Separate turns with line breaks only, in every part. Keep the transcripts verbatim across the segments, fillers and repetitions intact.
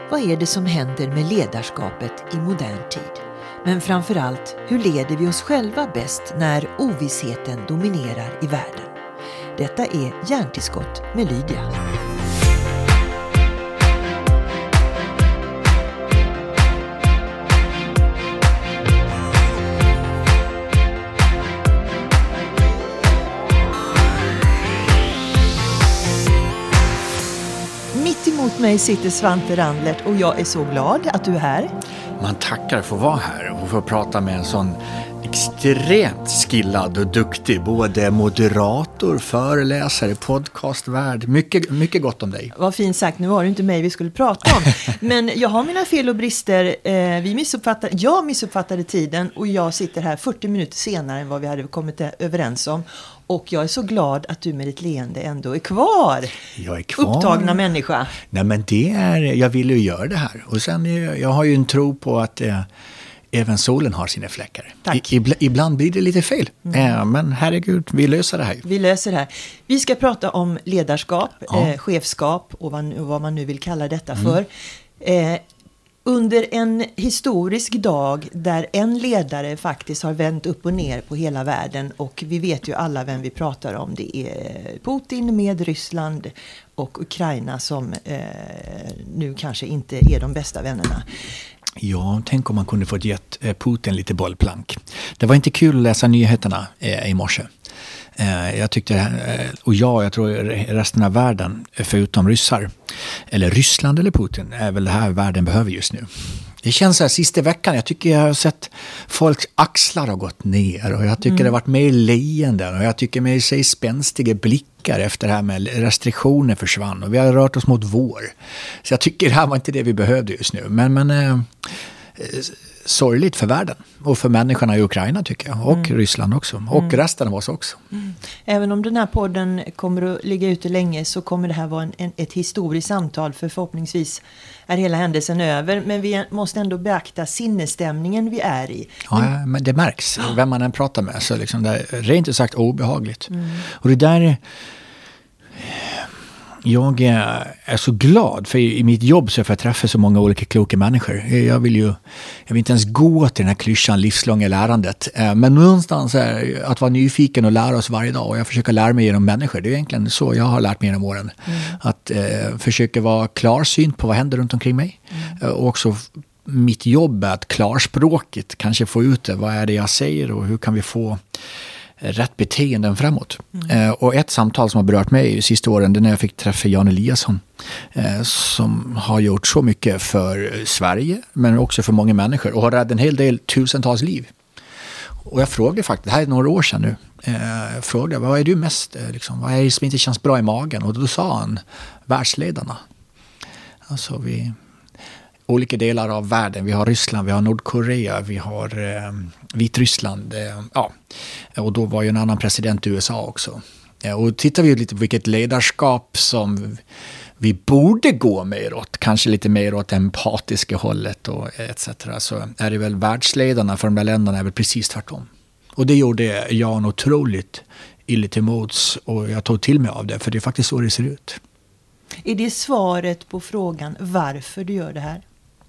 Vad är det som händer med ledarskapet i modern tid? Men framförallt, hur leder vi oss själva bäst när ovissheten dominerar i världen? Detta är Hjärntillskott med Lydia. Mitt emot mig sitter Svante Randlert och jag är så glad att du är här.
Man tackar för att vara här och få prata med en sån extremt skillad och duktig både moderator, föreläsare, podcastvärd. Mycket, mycket gott om dig.
Vad fint sagt, nu var det inte mig vi skulle prata om. Men jag har mina fel och brister. Eh, vi missuppfattade, jag missuppfattade tiden och jag sitter här fyrtio minuter senare än vad vi hade kommit överens om. Och jag är så glad att du med ditt leende ändå är kvar.
Jag är kvar.
Upptagna människa.
Nej, men det är, jag vill ju göra det här. Och sen, jag har ju en tro på att eh, även solen har sina fläckar.
Tack.
I, ibland blir det lite fel. Mm. Eh, men herregud, vi löser det här.
Vi löser det här. Vi ska prata om ledarskap,
ja.
eh, chefskap och vad, vad man nu vill kalla detta mm. för. Eh, Under en historisk dag där en ledare faktiskt har vänt upp och ner på hela världen, och vi vet ju alla vem vi pratar om. Det är Putin med Ryssland och Ukraina som eh, nu kanske inte är de bästa vännerna.
Ja, tänk om man kunde få gett Putin lite bollplank. Det var inte kul att läsa nyheterna eh, i morse. Jag tyckte, och jag, jag tror resten av världen förutom ryssar eller Ryssland eller Putin är väl det här världen behöver just nu. Det känns så här sista veckan, jag tycker jag har sett folks axlar har gått ner och jag tycker mm. det har varit mer leenden och jag tycker mig se spänstiga blickar efter det här med restriktioner försvann och vi har rört oss mot vår. Så jag tycker det här var inte det vi behövde just nu. Men, men eh, sorgligt för världen och för människorna i Ukraina tycker jag. Och mm. Ryssland också. Och mm. resten av oss också.
Mm. Även om den här podden kommer att ligga ute länge så kommer det här vara en, en, ett historiskt samtal. För förhoppningsvis är hela händelsen över. Men vi måste ändå beakta sinnesstämningen vi är i.
Ja, men, men det märks. Vem man än pratar med så liksom det är rent ut sagt obehagligt. Mm. Och det där... Jag är så glad för i mitt jobb så får jag träffa så många olika kloka människor. Jag vill ju jag vill inte ens gå till den här klyschan livslånga lärandet. Men någonstans är att vara nyfiken och lära oss varje dag. Och jag försöker lära mig genom människor. Det är egentligen så jag har lärt mig genom åren. Mm. Att eh, försöka vara klarsynt på vad händer runt omkring mig. Mm. Och också mitt jobb är att klarspråkigt kanske få ut det. Vad är det jag säger och hur kan vi få rätt beteenden framåt. Mm. Eh, och ett samtal som har berört mig i sista åren, det är när jag fick träffa Jan Eliasson eh, som har gjort så mycket för Sverige men också för många människor och har räddat en hel del tusentals liv. Och jag frågade faktiskt, det här är några år sedan nu, eh, jag frågade, vad är du mest, eh, liksom, vad är det som inte känns bra i magen? Och då sa han, världsledarna. Alltså vi... olika delar av världen. Vi har Ryssland, vi har Nordkorea, vi har eh, Vitryssland. Eh, ja. Och då var ju en annan president i U S A också. Eh, och tittar vi lite på vilket ledarskap som vi borde gå mer åt, kanske lite mer åt empatiska hållet och et cetera. Så är det väl världsledarna för de där länderna är väl precis tvärtom. Och det gjorde Jan otroligt illa till mods och jag tog till mig av det, för det är faktiskt så det ser ut.
Är det svaret på frågan varför du gör det här?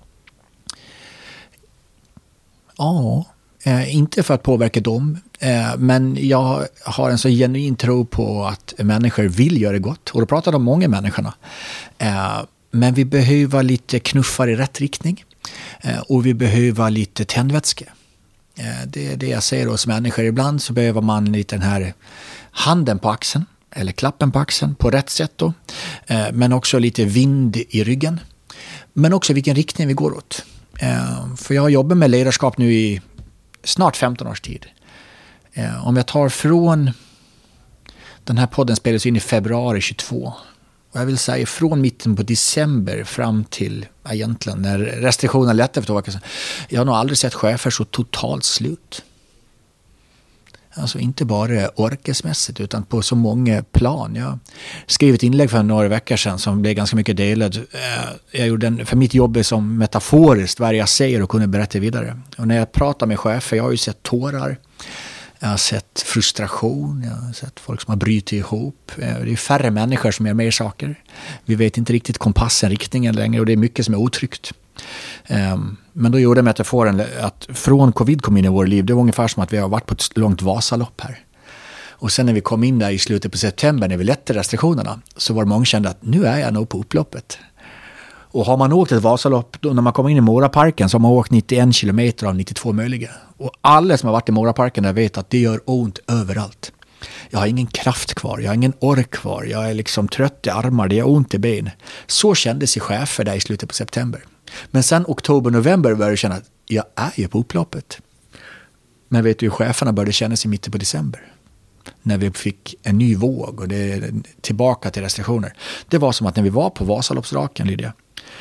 Ja, eh, inte för att påverka dem. Eh, men jag har en så genuin tro på att människor vill göra gott. Och då pratar de om många människorna. Eh, men vi behöver lite knuffar i rätt riktning. Eh, och vi behöver lite tändvätska. Eh, det är det jag säger hos människor. Ibland så behöver man lite den här handen på axeln. Eller klappen på axeln på rätt sätt då. Eh, men också lite vind i ryggen. Men också vilken riktning vi går åt. Uh, för jag har jobbat med ledarskap nu i snart femton års tid. Uh, om jag tar från den här podden spelades in i februari tjugotvå. Och jag vill säga från mitten på december fram till egentligen när restriktionerna lättade för två veckor sedan. Jag har nog aldrig sett chefer så totalt slut. Alltså inte bara orkesmässigt utan på så många plan. Jag skrev ett inlägg för några veckor sedan som blev ganska mycket delad. Jag gjorde en, för mitt jobb är som metaforiskt vad jag säger och kunde berätta vidare. Och när jag pratar med chefer, jag har ju sett tårar. Jag har sett frustration, jag har sett folk som har brytit ihop. Det är färre människor som gör mer saker. Vi vet inte riktigt kompassen, riktningen längre och det är mycket som är otryggt. Men då gjorde metaforen att från covid kom in i vår liv, det var ungefär som att vi har varit på ett långt Vasalopp här. Och sen när vi kom in där i slutet på september när vi lätte restriktionerna så var det många kände att nu är jag nog på upploppet. Och har man åkt ett Vasalopp, då när man kommer in i Moraparken så har man åkt nittioen kilometer av nittiotvå möjliga. Och alla som har varit i Moraparken där vet att det gör ont överallt. Jag har ingen kraft kvar, jag har ingen ork kvar, jag är liksom trött i armar, det gör ont i ben. Så kändes sig chefer där i slutet på september. Men sen oktober-november började jag känna att jag är ju på upploppet. Men vet du hur cheferna började känna sig i mitten på december? När vi fick en ny våg och det är tillbaka till restriktioner. Det var som att när vi var på Vasaloppsraken, Lydia,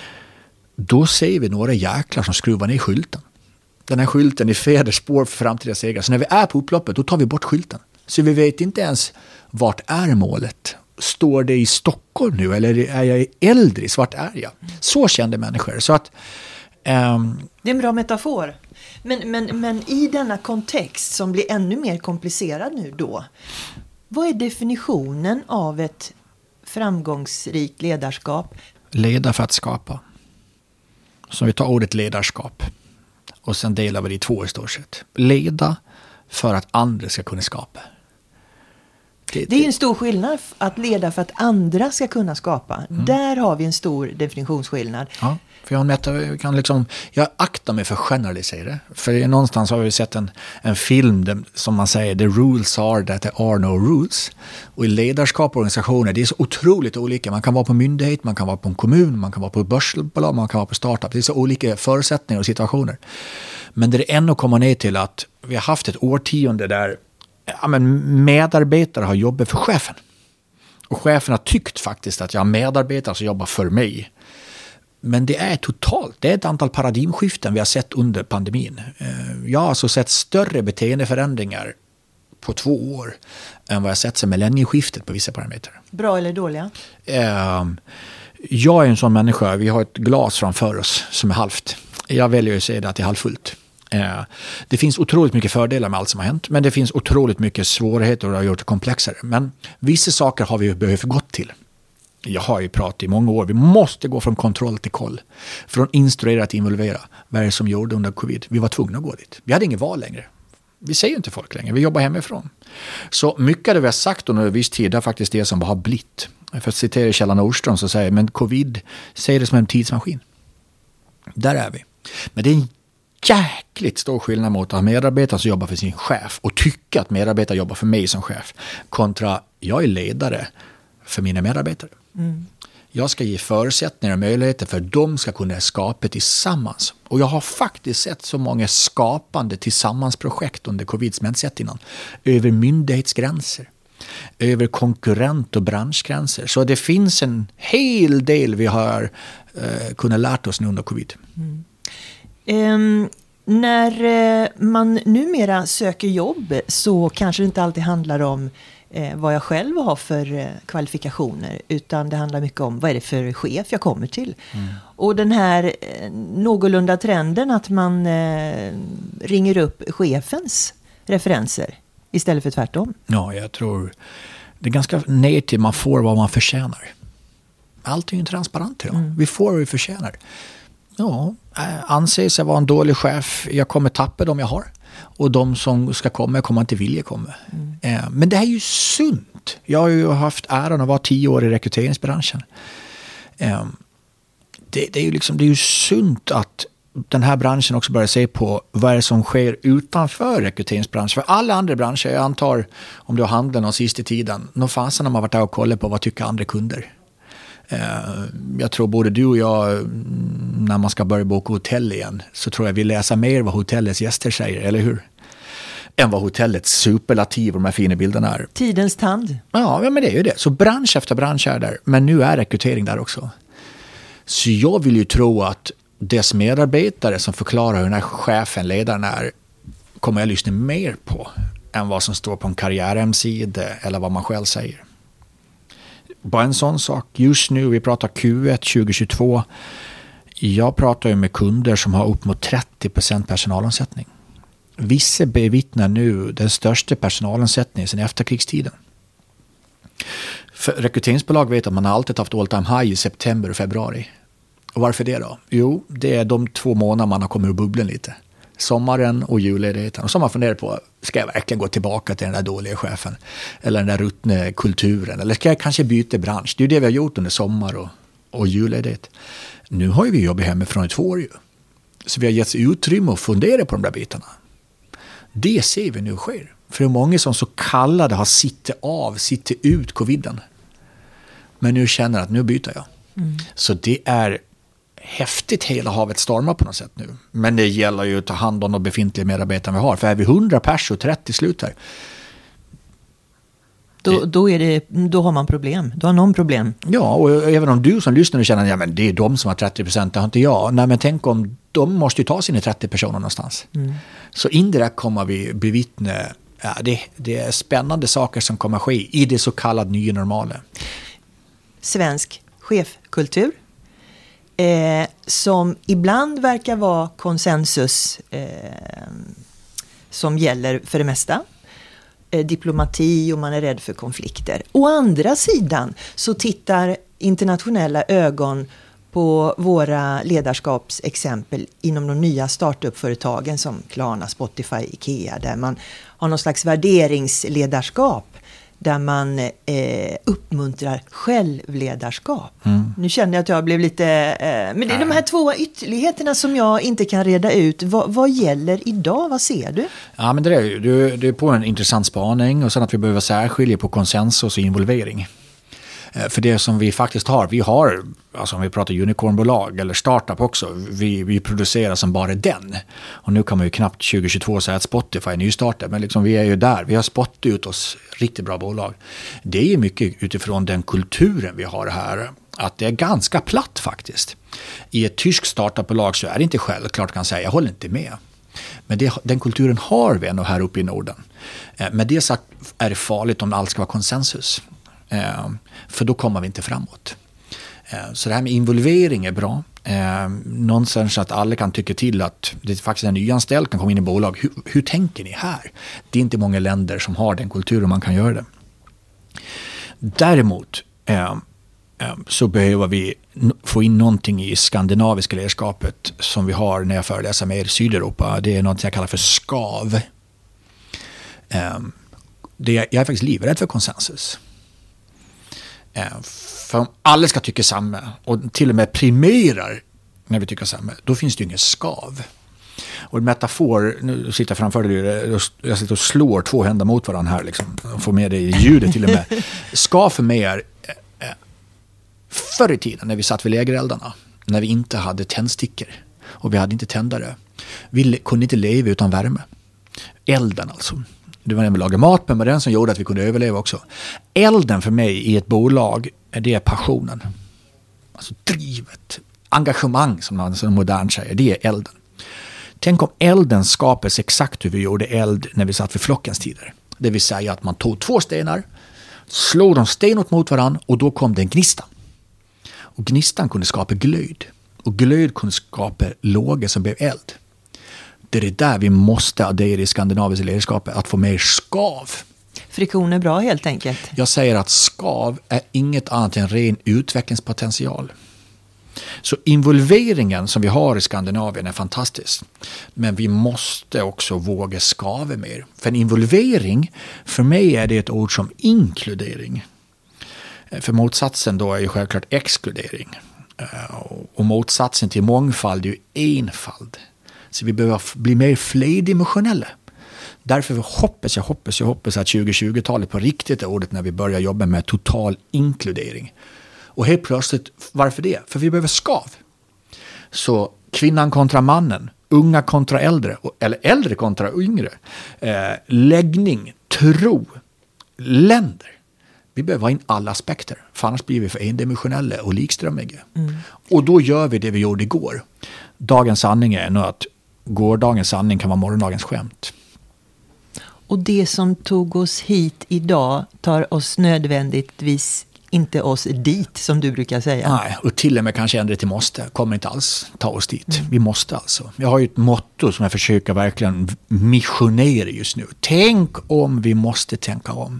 då ser vi några jäklar som skruvar ner skylten. Den här skylten är fäderspår för framtida segrar. Så när vi är på upploppet, då tar vi bort skylten. Så vi vet inte ens vart är målet. Står det i Stockholm nu eller är jag i Eldris? Vart är jag? Så kände människor. Så att, um...
det är en bra metafor. Men, men, men i denna kontext som blir ännu mer komplicerad nu då. Vad är definitionen av ett framgångsrikt ledarskap?
Leda för att skapa. Så vi tar ordet ledarskap. Och sen delar vi det i två i stort sett. Leda för att andra ska kunna skapa.
Det, det är en stor skillnad att leda för att andra ska kunna skapa. Mm. Där har vi en stor definitionsskillnad.
Ja, för jag, mäta, kan liksom, jag aktar mig för generalisera. För någonstans har vi sett en, en film där, som man säger, the rules are that there are no rules. Och i ledarskap och organisationer, det är så otroligt olika. Man kan vara på myndighet, man kan vara på en kommun, man kan vara på ett börsbolag, man kan vara på startup. Det är så olika förutsättningar och situationer. Men det är ändå komma ner till att vi har haft ett årtionde där ja, men medarbetare har jobbat för chefen. Och chefen har tyckt faktiskt att jag har medarbetare som jobbar för mig. Men det är totalt, det är ett antal paradigmskiften vi har sett under pandemin. Jag har alltså sett större beteendeförändringar på två år än vad jag sett sedan millennieskiftet på vissa parametrar.
Bra eller dåliga?
Jag är en sån människa, vi har ett glas framför oss som är halvt. Jag väljer att säga det att det är halvfullt. Det finns otroligt mycket fördelar med allt som har hänt, men det finns otroligt mycket svårigheter och det har gjort det komplexare. Men vissa saker har vi behövt gå till. Jag har ju pratat i många år, vi måste gå från kontroll till koll. Från instruera till involvera. Vad är det som gjorde under covid? Vi var tvungna att gå dit. Vi hade ingen val längre. Vi säger inte folk längre, vi jobbar hemifrån. Så mycket av det vi har sagt under en viss tid är faktiskt det som har blivit. För att citera Kjell Nordström så säger men covid säger det som en tidsmaskin. Där är vi. Men det är en jäkligt stor skillnad mot att ha medarbetare som jobbar för sin chef och tycka att medarbetare jobbar för mig som chef kontra jag är ledare för mina medarbetare. Mm. Jag ska ge förutsättningar och möjligheter för att de ska kunna skapa tillsammans. Och jag har faktiskt sett så många skapande tillsammansprojekt under covid som jag inte sett innan. Över myndighetsgränser. Över konkurrent- och branschgränser. Så det finns en hel del vi har eh, kunnat lärt oss nu under covid.
Mm. Um, när uh, man numera söker jobb så kanske det inte alltid handlar om uh, vad jag själv har för uh, kvalifikationer, utan det handlar mycket om vad är det för chef jag kommer till. Mm. Och den här uh, någorlunda trenden att man uh, ringer upp chefens referenser istället för tvärtom.
Ja, jag tror det är ganska ner till man får vad man förtjänar. Allt är ju transparent idag. Mm. Vi får vad vi förtjänar. Ja, anser sig vara en dålig chef. Jag kommer tappa dem jag har. Och de som ska komma kommer inte vilja komma. Mm. Men det här är ju sunt. Jag har ju haft äran att vara tio år i rekryteringsbranschen. Det, det är ju liksom, det är ju sunt att den här branschen också börjar se på vad det som sker utanför rekryteringsbranschen. För alla andra branscher, jag antar om du har handeln och sista tiden, nå fasen har man varit där och kollat på vad tycker andra kunder. Jag tror både du och jag, när man ska börja boka hotell igen, så tror jag vi läser mer vad hotellets gäster säger, eller hur? Än vad hotellets superlativ och de här fina bilderna är.
Tidens tand.
Ja, men det är ju det. Så bransch efter bransch är där. Men nu är rekrytering där också. Så jag vill ju tro att dess medarbetare som förklarar hur den här chefen, ledaren är, kommer jag lyssna mer på än vad som står på en karriär-hemsida eller vad man själv säger. Bara en sån sak. Just nu, vi pratar Q ett tjugohundratjugotvå. Jag pratar ju med kunder som har upp mot trettio procent personalomsättning. vissa bevittnar nu den största personalomsättningen sedan efterkrigstiden. För rekryteringsbolag vet att man har alltid haft all time high i september och februari. Och varför det då? Jo, det är de två månader man har kommit ur bubblan lite. Sommaren och julledigheten. Och så har man funderat på, ska jag verkligen gå tillbaka till den där dåliga chefen? Eller den där ruttna kulturen? Eller ska jag kanske byta bransch? Det är ju det vi har gjort under sommar och, och julledighet. Nu har ju vi jobbat hemifrån i två år ju. Så vi har gett utrymme att fundera på de där bitarna. Det ser vi nu sker. För det är många som så kallade har sitt av, sitt ut coviden. Men nu känner att nu byter jag. Mm. Så det är häftigt hela havet stormar på något sätt nu. Men det gäller ju att ta hand om de befintliga medarbetarna vi har. För är vi hundra pers och trettio slut här.
Då, då, är det, då har man problem. Då har någon problem.
Ja, och även om du som lyssnar och känner att ja, men det är de som har trettio procent, det har inte jag. Nej, men tänk om de måste ju ta sina trettio personer någonstans. Mm. Så indirekt kommer vi bevittna, ja, det, det är spännande saker som kommer ske i det så kallade nya normala.
Svensk chefkultur. Eh, som ibland verkar vara konsensus eh, som gäller för det mesta. Eh, diplomati och man är rädd för konflikter. Å andra sidan så tittar internationella ögon på våra ledarskapsexempel inom de nya startup-företagen som Klarna, Spotify, Ikea, där man har någon slags värderingsledarskap. Där man eh, uppmuntrar självledarskap. Mm. Nu känner jag att jag blev lite... Eh, men det är de här två ytterligheterna som jag inte kan reda ut. Va, vad gäller idag? Vad ser du?
Ja, men det är ju du, du är på en intressant spaning. Och sen att vi behöver särskilja på konsensus och involvering. Eh, för det som vi faktiskt har, vi har, alltså om vi pratar unicornbolag eller startup också, vi, vi producerar som bara den. Och nu kan man ju knappt tjugo tjugotvå säga att Spotify är nystartat, men liksom vi är ju där. Vi har spottat ut oss riktigt bra bolag. Det är ju mycket utifrån den kulturen vi har här, att det är ganska platt faktiskt. I ett tyskt startupbolag så är det inte självklart kan säga, jag håller inte med. Men det, den kulturen har vi ändå här uppe i Norden. Eh, med det sagt är det farligt om allt ska vara konsensus. Eh, för då kommer vi inte framåt. Eh, så det här med involvering är bra. Eh, någonstans att alla kan tycka till att det faktiskt är en nyanställd kan komma in i bolag. Hur, hur tänker ni här? Det är inte många länder som har den kulturen man kan göra det. Däremot eh, eh, så behöver vi få in någonting i skandinaviska ledarskapet som vi har när jag föreläser med i Sydeuropa. Det är något jag kallar för skav. Eh, det är, jag är faktiskt livrädd för konsensus. För om alla ska tycka samma och till och med primerar när vi tycker samma, då finns det ju ingen skav. Och en metafor, nu sitter jag framför dig, jag sitter och slår två händer mot varandra här liksom, och får med det i ljudet till och med. Skav för mig är förr i tiden när vi satt vid lägereldarna, när vi inte hade tändstickor och vi hade inte tändare. Vi kunde inte leva utan värme. Elden alltså. Det var den vi lagade mat med, men den som gjorde att vi kunde överleva också. Elden för mig i ett bolag, det är passionen. Alltså drivet, engagemang som man så modernt säger, det är elden. Tänk om elden skapas exakt hur vi gjorde eld när vi satt vid flockens tider. Det vill säga att man tog två stenar, slog dem stenåt mot varandra och då kom det en gnista. Och gnistan kunde skapa glöd. Och glöd kunde skapa lågor som blev eld. Det är det där vi måste addera i skandinaviska ledarskapet, att få mer skav.
Friktion är bra helt enkelt.
Jag säger att skav är inget annat än ren utvecklingspotential. Så involveringen som vi har i Skandinavien är fantastisk. Men vi måste också våga skava mer. För en involvering, för mig är det ett ord som inkludering. För motsatsen då är ju självklart exkludering. Och motsatsen till mångfald är ju enfald. Så vi behöver bli mer flerdimensionella. Därför hoppas jag, hoppas jag, hoppas att tjugo tjugo-talet på riktigt är ordet när vi börjar jobba med total inkludering. Och helt plötsligt, varför det? För vi behöver skav. Så kvinnan kontra mannen, unga kontra äldre, eller äldre kontra yngre, eh, läggning, tro, länder. Vi behöver ha in alla aspekter, för annars blir vi för endimensionella och likströmmiga. Mm. Och då gör vi det vi gjorde igår. Dagens sanning är nog att gårdagens sanning kan vara morgondagens skämt.
Och det som tog oss hit idag tar oss nödvändigtvis inte oss dit, som du brukar säga.
Nej, och till och med kanske ändra till måste. Kommer inte alls ta oss dit. Mm. Vi måste alltså. Jag har ju ett motto som jag försöker verkligen missionera just nu. Tänk om vi måste tänka om.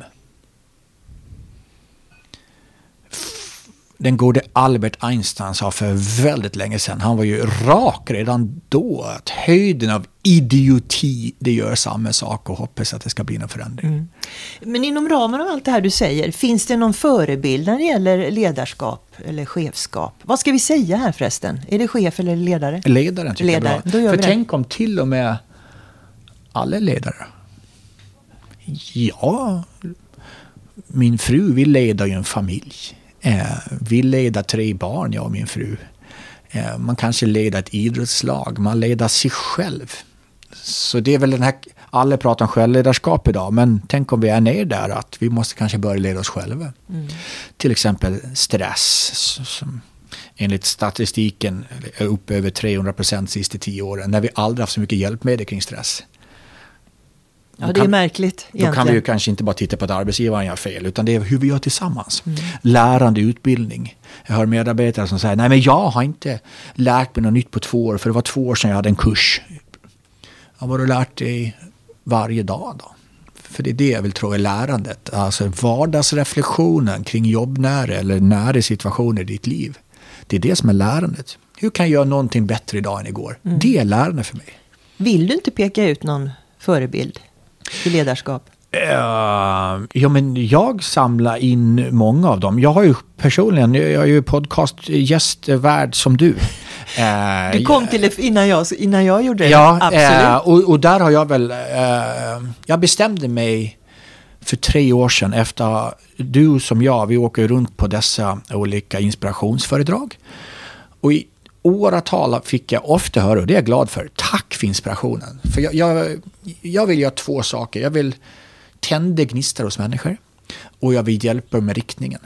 Den gode Albert Einstein sa för väldigt länge sedan, han var ju rak redan då, att höjden av idioti, det gör samma sak, och hoppas att det ska bli någon förändring. Mm.
Men inom ramen av allt det här du säger, finns det någon förebild när det gäller ledarskap eller chefskap? Vad ska vi säga här förresten? Är det chef eller ledare?
Ledaren tycker
ledare.
jag är bra.
Då gör
för
vi det.
Tänk om till och med alla ledare. Ja, min fru vill leda ju en familj. Eh, vi leder tre barn, jag och min fru. Eh, man kanske leder ett idrottslag. Man leder sig själv. Så det är väl den här, alla pratar om självledarskap idag, men tänk om vi är ner där, att vi måste kanske börja leda oss själva. Mm. Till exempel stress, som enligt statistiken är upp över trehundra procent de sista tio åren, när vi aldrig haft så mycket hjälpmedel kring stress.
Ja, det är märkligt egentligen.
Då kan vi ju kanske inte bara titta på att arbetsgivaren gör fel, utan det är hur vi gör tillsammans. Mm. Lärande utbildning. Jag hör medarbetare som säger, nej men jag har inte lärt mig något nytt på två år, för det var två år sedan jag hade en kurs. Ja, vad har du lärt dig varje dag då? För det är det jag vill tro är lärandet. Alltså vardagsreflektionen kring jobbnära eller nära situationer i ditt liv. Det är det som är lärandet. Hur kan jag göra någonting bättre idag än igår? Mm. Det är lärande för mig.
Vill du inte peka ut någon förebild i ledarskap?
Uh, ja, men jag samlar in många av dem. Jag har ju personligen, jag är ju podcastgästvärd som du. Uh,
du kom till det innan jag, innan jag gjorde det.
Ja,
absolut.
Uh, och, och där har jag väl, uh, jag bestämde mig för tre år sedan, efter du som jag, vi åker runt på dessa olika inspirationsföredrag. Och i åratal fick jag ofta höra, och det är jag glad för, tack för inspirationen. För jag, jag, jag vill göra två saker. Jag vill tända gnistar hos människor, och jag vill hjälpa med riktningen.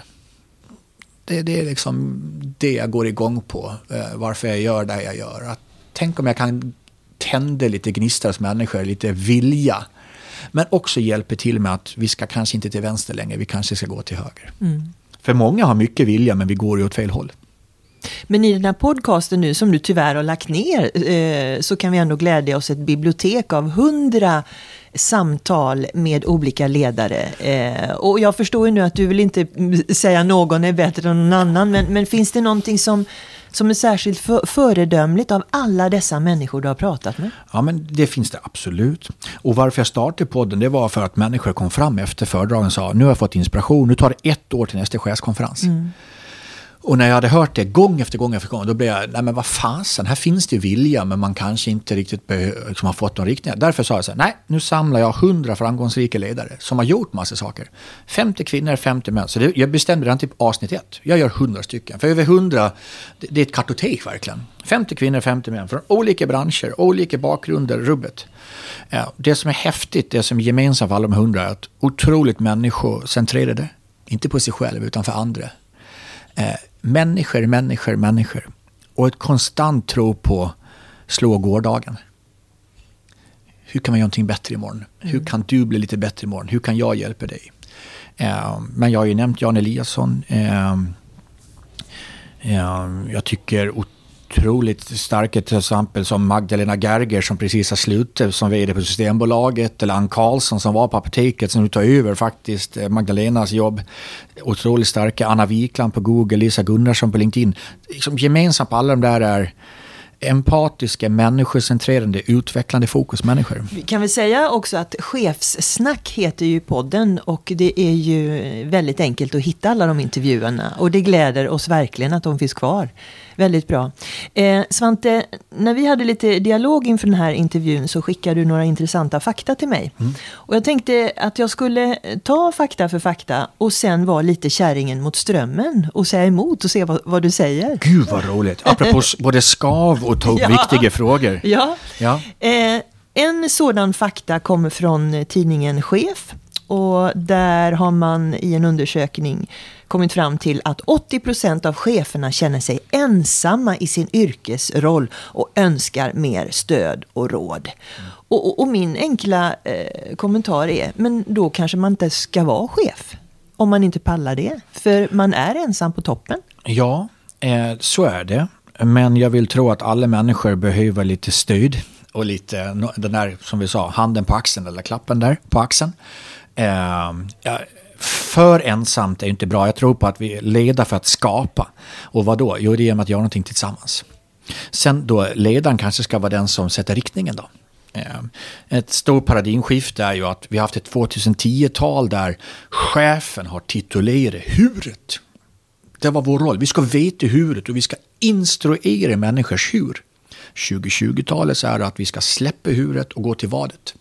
Det, det är liksom det jag går igång på, varför jag gör det jag gör. Att, tänk om jag kan tända lite gnistar hos människor, lite vilja. Men också hjälpa till med att vi ska kanske inte till vänster längre, vi kanske ska gå till höger. Mm. För många har mycket vilja, men vi går ju åt fel håll.
Men i den här podcasten nu som du tyvärr har lagt ner, eh, så kan vi ändå glädja oss ett bibliotek av hundra samtal med olika ledare. Eh, och jag förstår ju nu att du vill inte säga någon är bättre än någon annan, men, men finns det någonting som, som är särskilt för, föredömligt av alla dessa människor du har pratat med?
Ja, men det finns det absolut. Och varför jag startade podden, det var för att människor kom fram efter föredragen och sa, nu har jag fått inspiration, nu tar det ett år till nästa chefskonferens. Mm. Och när jag hade hört det gång efter gång efter gång, då blev jag, nej men vad fasen, här finns det vilja, men man kanske inte riktigt behö- liksom har fått någon riktning. Därför sa jag så här, nej, nu samlar jag hundra framgångsrika ledare som har gjort massa saker. femtio kvinnor, femtio män. Så det, jag bestämde redan typ avsnitt ett. Jag gör hundra stycken. För över hundra, det, det är ett kartotek verkligen. femtio kvinnor, femtio män från olika branscher, olika bakgrunder, rubbet. Ja, det som är häftigt, det som är gemensamt för alla de hundra, är att otroligt människocentrerade. Inte på sig själv, utan för andra. Eh, människor, människor, människor. Och ett konstant tro på slå gårdagen. Hur kan man göra någonting bättre imorgon? Mm. Hur kan du bli lite bättre imorgon? Hur kan jag hjälpa dig? Eh, men jag har ju nämnt Jan Eliasson. Eh, eh, jag tycker otroligt starka till exempel som Magdalena Gerger som precis har slutat som vd på Systembolaget, eller Ann Karlsson som var på apoteket som nu tar över faktiskt Magdalenas jobb. Otroligt starka. Anna Wikland på Google, Lisa Gunnarsson på LinkedIn. Liksom gemensamt på alla de där är empatiska, människocentrerande, utvecklande fokusmänniskor.
Vi kan väl säga också att Chefssnack heter ju podden, och det är ju väldigt enkelt att hitta alla de intervjuerna, och det gläder oss verkligen att de finns kvar. Väldigt bra. Eh, Svante, när vi hade lite dialog inför den här intervjun så skickade du några intressanta fakta till mig. Mm. Och jag tänkte att jag skulle ta fakta för fakta och sen vara lite kärringen mot strömmen och säga emot och se vad, vad du säger.
Gud vad roligt. Apropå både skav och ta upp ja. viktiga frågor.
Ja. ja. Eh, en sådan fakta kommer från tidningen Chef, och där har man i en undersökning kommit fram till att åttio procent av cheferna känner sig ensamma i sin yrkesroll och önskar mer stöd och råd. Mm. Och, och, och min enkla eh, kommentar är, men då kanske man inte ska vara chef om man inte pallar det. För man är ensam på toppen.
Ja, eh, så är det. Men jag vill tro att alla människor behöver lite stöd. Och lite, den där, som vi sa, handen på axeln eller klappen där på axeln. Eh, ja, för ensamt är inte bra. Jag tror på att vi leder för att skapa. Och vad då? Jo, det är genom att göra någonting tillsammans. Sen då, ledaren kanske ska vara den som sätter riktningen då. Ett stort paradigmskifte är ju att vi har haft ett tjugohundratio-tal där chefen har titulerat huret. Det var vår roll. Vi ska veta huret och vi ska instruera människors hur. tjugohundratjugotalet så är det att vi ska släppa huret och gå till vadet.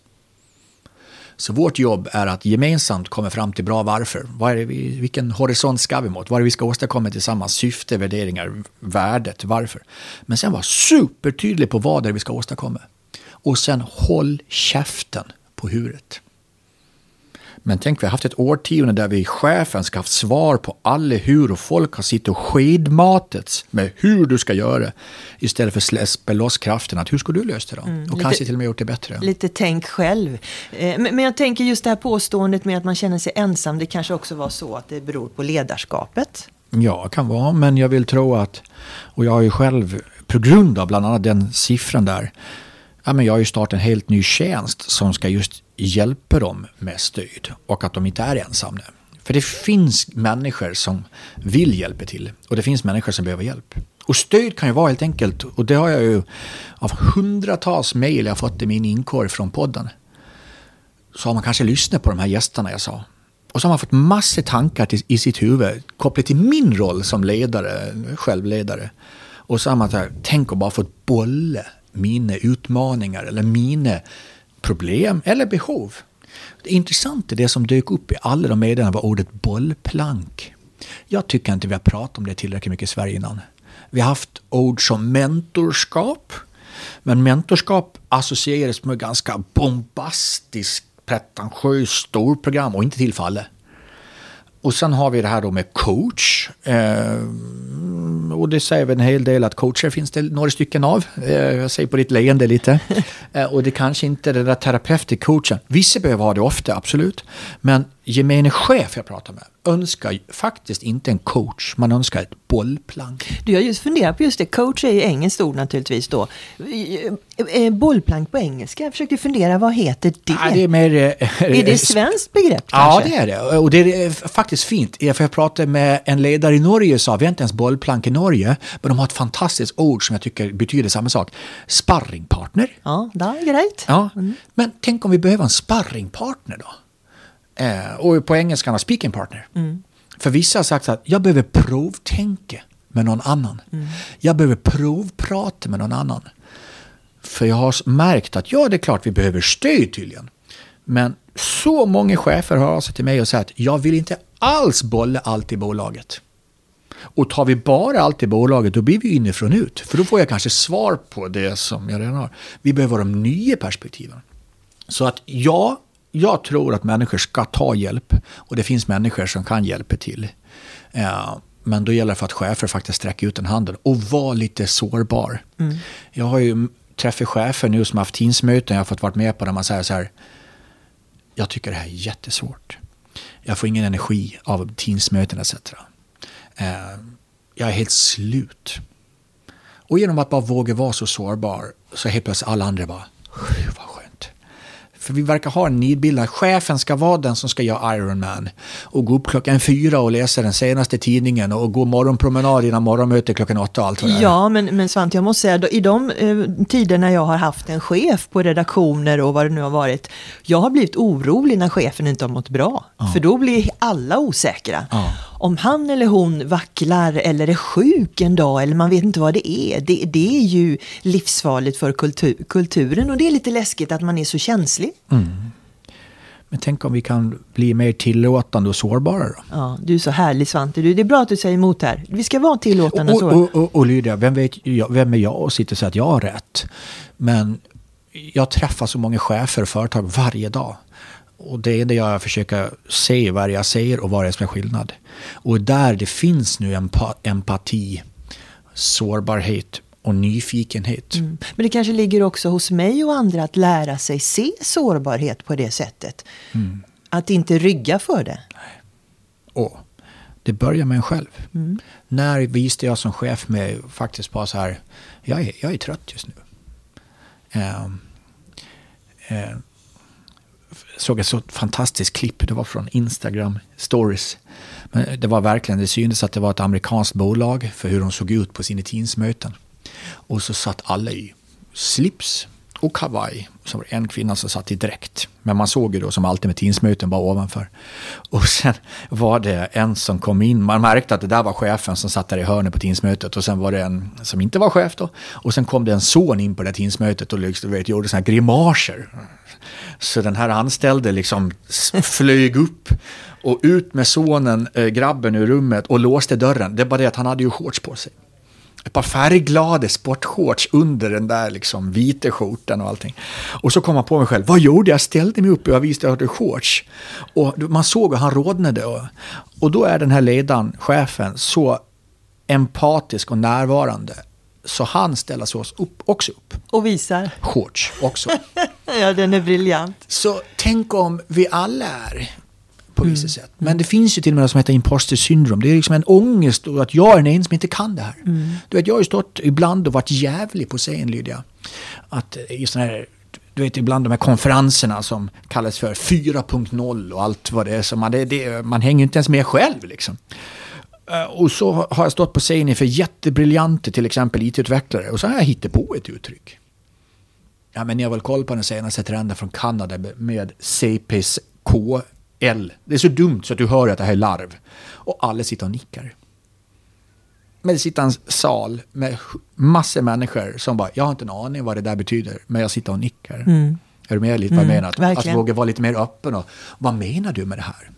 Så vårt jobb är att gemensamt komma fram till bra varför. Vad är det vi, vilken horisont ska vi mot? Vad är det vi ska åstadkomma tillsammans? Syfte, värderingar, värdet, varför? Men sen var supertydlig på vad det är vi ska åstadkomma. Och sen håll käften på huret. Men tänk, vi har haft ett årtionde där vi chefen ska ha haft svar på alla hur och folk har sitt och skedmatats med hur du ska göra istället för att släppa loss kraften att hur ska du lösa det då? Mm, och lite, kanske till och med gjort det bättre.
Lite tänk själv. Eh, men, men jag tänker just det här påståendet med att man känner sig ensam, det kanske också var så att det beror på ledarskapet.
Ja, kan vara, men jag vill tro att, och jag har ju själv på grund av bland annat den siffran där, ja, men jag har ju startat en helt ny tjänst som ska just hjälpa dem med stöd och att de inte är ensamma. För det finns människor som vill hjälpa till och det finns människor som behöver hjälp. Och stöd kan ju vara helt enkelt, och det har jag ju av hundratals mejl jag fått i min inkorg från podden. Så har man kanske lyssnat på de här gästerna jag sa. Och så har man fått massor tankar till, i sitt huvud kopplat till min roll som ledare, självledare. Och så har man så här, tänk att bara få ett bolle mina utmaningar eller mina problem eller behov. Det intressanta, det som dök upp i alla de meddelarna var ordet bollplank. Jag tycker inte vi har pratat om det tillräckligt mycket i Sverige innan. Vi har haft ord som mentorskap, men mentorskap associeras med ganska bombastiskt, pretentiöst storprogram och inte tillfälle. Och sen har vi det här då med coach. Eh, och det säger väl en hel del att coacher finns det några stycken av. Eh, jag säger på ditt leende lite. Eh, och det kanske inte är den där terapeutcoachen. Vissa behöver ha det ofta, absolut. Men gemene chef jag pratar med önskar faktiskt inte en coach. Man önskar ett bollplank.
Du har just funderat på just det. Coach är ju engelskt ord naturligtvis då. Bollplank på engelska. Jag försökte fundera, vad heter det?
Ja, det är, mer,
är det ett svenskt begrepp
kanske?
Ja,
det är det. Och det är faktiskt fint. För jag pratade med en ledare i Norge och sa, vi har inte ens bollplank i Norge, men de har ett fantastiskt ord som jag tycker betyder samma sak. Sparringpartner.
Ja, det är grejt.
Ja, mm. Men tänk om vi behöver en sparringpartner då? Eh, och på engelska speaking partner. Mm. För vissa har sagt att jag behöver provtänka med någon annan. Mm. Jag behöver provprata med någon annan. För jag har märkt att ja, det är klart vi behöver stöd tydligen. Men så många chefer hör av sig till mig och säger att jag vill inte alls bolla allt i bolaget. Och tar vi bara allt i bolaget, då blir vi inifrån ut. För då får jag kanske svar på det som jag redan har. Vi behöver de nya perspektiven. Så att ja, jag tror att människor ska ta hjälp. Och det finns människor som kan hjälpa till. Eh, men då gäller det för att chefer faktiskt sträcker ut en handen. Och vara lite sårbar. Mm. Jag har ju träffat chefer nu som har haft teamsmöten. Jag har fått vara med på där man säger så här. Jag tycker det här är jättesvårt. Jag får ingen energi av teamsmöten et cetera. Eh, jag är helt slut. Och genom att bara våga vara så sårbar så helt plötsligt alla andra bara, vad skönt. För vi verkar ha en nidbild att chefen ska vara den som ska göra Iron Man och gå upp klockan fyra och läsa den senaste tidningen och gå morgonpromenad innan morgonmöte klockan åtta och allt vad det är.
Ja, men, men Svante, jag måste säga, då, i de eh, tiderna jag har haft en chef på redaktioner och vad det nu har varit, jag har blivit orolig när chefen inte har mått bra. Ja. För då blir alla osäkra. Ja. Om han eller hon vacklar eller är sjuk en dag eller man vet inte vad det är. Det, det är ju livsfarligt för kultur, kulturen och det är lite läskigt att man är så känslig. Mm.
Men tänk om vi kan bli mer tillåtande och sårbara då?
Ja, du är så härlig Svante. Du, det är bra att du säger emot här. Vi ska vara tillåtande och,
och sårbara. Och, och, och Lydia, vem, vet jag, vem är jag och sitter och säger att jag har rätt? Men jag träffar så många chefer och företag varje dag. Och det är det jag försöker se vad jag säger och vad det är som är skillnad. Och där det finns nu empa- empati, sårbarhet och nyfikenhet. Mm.
Men det kanske ligger också hos mig och andra att lära sig se sårbarhet på det sättet. Mm. Att inte rygga för det.
Och det börjar med en själv. Mm. När visste jag som chef med faktiskt bara så här, jag är, jag är trött just nu. Uh, uh, såg ett så fantastiskt klipp, det var från Instagram stories. Men det var verkligen, det syntes att det var ett amerikanskt bolag för hur de såg ut på sina teamsmöten. Och så satt alla i slips och kavaj. Så var det en kvinna som satt i dräkt. Men man såg ju då som alltid med teamsmöten bara ovanför. Och sen var det en som kom in. Man märkte att det där var chefen som satt där i hörnet på teamsmötet. Och sen var det en som inte var chef då. Och sen kom det en son in på det teamsmötet och liksom, vet, gjorde såna här grimaser. Så den här anställde liksom flög upp och ut med sonen, äh, grabben ur rummet och låste dörren. Det är bara det att han hade ju shorts på sig. Ett par färgglada sportshorts under den där liksom vita skjortan och allting. Och så kom man på mig själv, vad gjorde jag? Jag ställde mig upp och jag visste att jag hade shorts. Och man såg att han rodnade. Och, och då är den här ledaren, chefen, så empatisk och närvarande. Så han ställer sig oss upp, också upp.
Och visar.
Shorts också.
Ja, den är briljant.
Så tänk om vi alla är på vissa mm. sätt. Men det finns ju till och med något som heter imposter syndrom. Det är liksom en ångest och att jag är den som inte kan det här. Mm. Du vet, jag har ju stått ibland och varit jävlig på scen, Lydia. Att i såna här, du vet, ibland de här konferenserna som kallas för fyra punkt noll och allt vad det är. Så man, det, det, man hänger ju inte ens med själv liksom. Och så har jag stått på scenen för jättebriljanta till exempel I T-utvecklare och så har jag hittat på ett uttryck. Ja, men jag vill kolla på den senaste trenden från Kanada med C P S K L. Det är så dumt så att du hör att det här är larv. Och alla sitter och nickar. Men det sitter en sal med massor människor som bara, jag har inte en aning vad det där betyder, men jag sitter och nickar. Mm. Är du med lite vad jag
mm,
menar? Att, att våga vara lite mer öppen. Och, vad menar du med det här?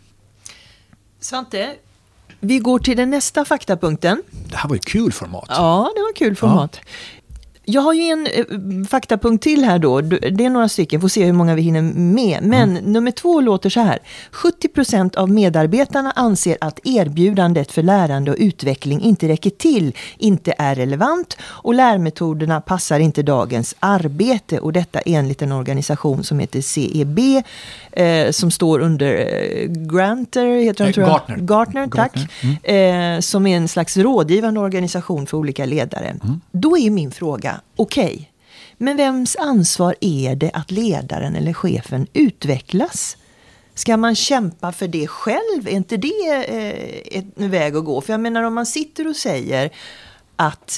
Svante, vi går till den nästa faktapunkten.
Det här var ju kul format.
Ja, det var kul format. Ja. Jag har ju en eh, faktapunkt till här då. Det är några stycken, får se hur många vi hinner med. Men mm. nummer två låter så här. sjuttio procent av medarbetarna anser att erbjudandet för lärande och utveckling inte räcker till, inte är relevant och lärmetoderna passar inte dagens arbete. Och detta enligt en organisation som heter C E B eh, som står under eh, Granter, heter de, tror jag.
Gartner.
Gartner, tack.
Gartner. Mm.
Eh, som är en slags rådgivande organisation för olika ledare. Mm. Då är min fråga, okej, okay. Men vems ansvar är det att ledaren eller chefen utvecklas? Ska man kämpa för det själv? Är inte det eh, en väg att gå? För jag menar, om man sitter och säger att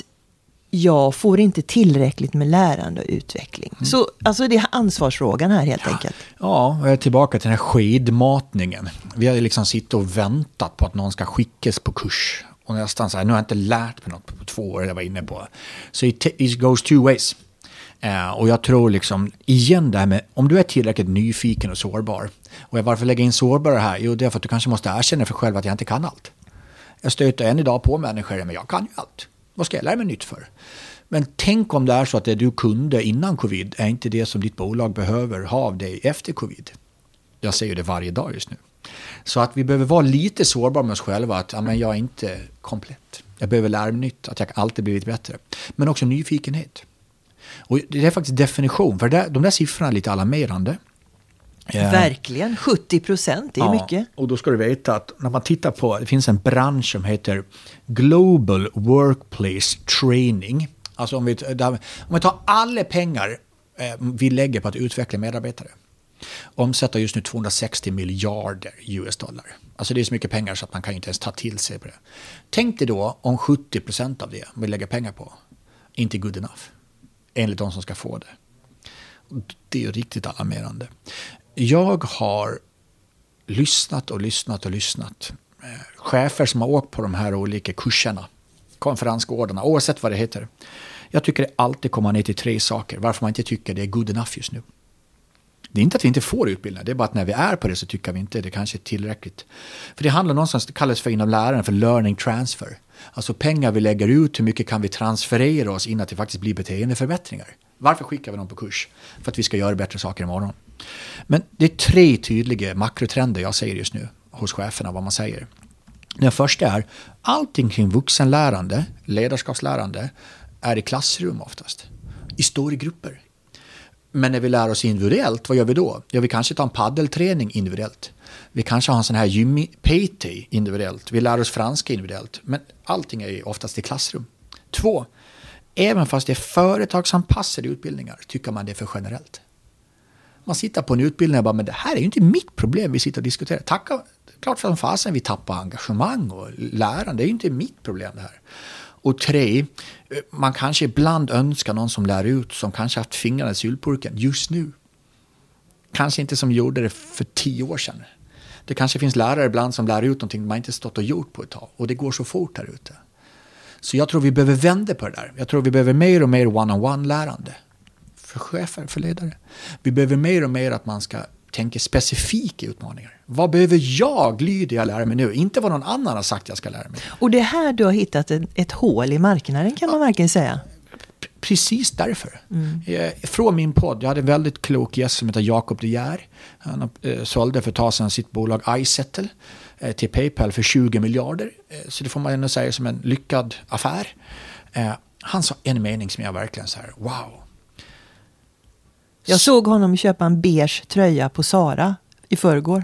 jag får inte tillräckligt med lärande och utveckling. Mm. Så alltså det är ansvarsfrågan här helt
ja.
enkelt.
Ja, jag är tillbaka till den här skedmatningen. Vi har liksom suttit och väntat på att någon ska skickas på kurs. Och nästan så här, nu har jag inte lärt mig något på två år jag var inne på. Så it, it goes two ways. Uh, och jag tror liksom, igen det här med, om du är tillräckligt nyfiken och sårbar. Och varför lägga in sårbar här? Jo, det är för att du kanske måste erkänna för själv att jag inte kan allt. Jag stöter än idag på människor, men jag kan ju allt. Vad ska jag lära mig nytt för? Men tänk om det är så att det du kunde innan covid är inte det som ditt bolag behöver ha av dig efter covid. Jag säger det varje dag just nu. Så att vi behöver vara lite sårbara med oss själva. Att ja, men jag är inte komplett. Jag behöver lära mig nytt. Att jag alltid blivit bättre. Men också nyfikenhet. Och det är faktiskt definition. För det, de där siffrorna är lite alarmerande.
Verkligen. sjuttio procent. Det är ja, mycket.
Och då ska du veta att när man tittar på. Det finns en bransch som heter Global Workplace Training. Alltså om vi, där, om vi tar alla pengar eh, vi lägger på att utveckla medarbetare. Omsätter just nu tvåhundrasextio miljarder U S-dollar. Alltså det är så mycket pengar så att man kan inte ens ta till sig på det. Tänk dig då om sjuttio procent av det vi lägger pengar på inte är good enough. Enligt de som ska få det. Det är ju riktigt alarmerande. Jag har lyssnat och lyssnat och lyssnat. Chefer som har åkt på de här olika kurserna. Konferensgårdarna, oavsett vad det heter. Jag tycker det alltid kommer ner till tre saker. Varför man inte tycker det är good enough just nu. Det är inte att vi inte får utbildning, det är bara att när vi är på det så tycker vi inte det kanske är tillräckligt. För det handlar någonstans, det kallas för inom läraren för learning transfer. Alltså pengar vi lägger ut, hur mycket kan vi transferera oss innan det faktiskt blir beteendeförbättringar. Varför skickar vi någon på kurs? För att vi ska göra bättre saker imorgon. Men det är tre tydliga makrotrender jag säger just nu hos cheferna vad man säger. Den första är, allting kring vuxenlärande, ledarskapslärande är i klassrum oftast. I stora grupper. Men när vi lär oss individuellt, vad gör vi då? Ja, vi kanske tar en paddelträning individuellt. Vi kanske har en sån här gym-P T individuellt. Vi lär oss franska individuellt. Men allting är ju oftast i klassrum. Två, även fast det är företagsanpassade utbildningar tycker man det är för generellt. Man sitter på en utbildning och bara, men det här är ju inte mitt problem vi sitter och diskuterar. Tacka, klart för en fasen vi tappar engagemang och lärande, det är ju inte mitt problem det här. Och tre, man kanske ibland önskar någon som lär ut som kanske haft fingrarna i sylpurken just nu. Kanske inte som gjorde det för tio år sedan. Det kanske finns lärare ibland som lär ut någonting man inte stått och gjort på ett tag. Och det går så fort här ute. Så jag tror vi behöver vända på det där. Jag tror vi behöver mer och mer one-on-one-lärande. För chefer, för ledare. Vi behöver mer och mer att man ska tänka specifika utmaningar. Vad behöver jag, Lydia, lära mig nu? Inte vad någon annan har sagt jag ska lära mig.
Och det är här du har hittat ett, ett hål i marknaden kan man ja. verkligen säga.
Precis därför. Mm. Från min podd, jag hade en väldigt klok gäst som heter Jakob De Geer. Han eh, sålde för ett tag sedan sitt bolag iSettle eh, till PayPal för tjugo miljarder. Eh, så det får man ändå säga som en lyckad affär. Eh, han sa en mening som jag verkligen så här, wow.
Jag såg honom köpa en beige tröja på Zara i förrgår.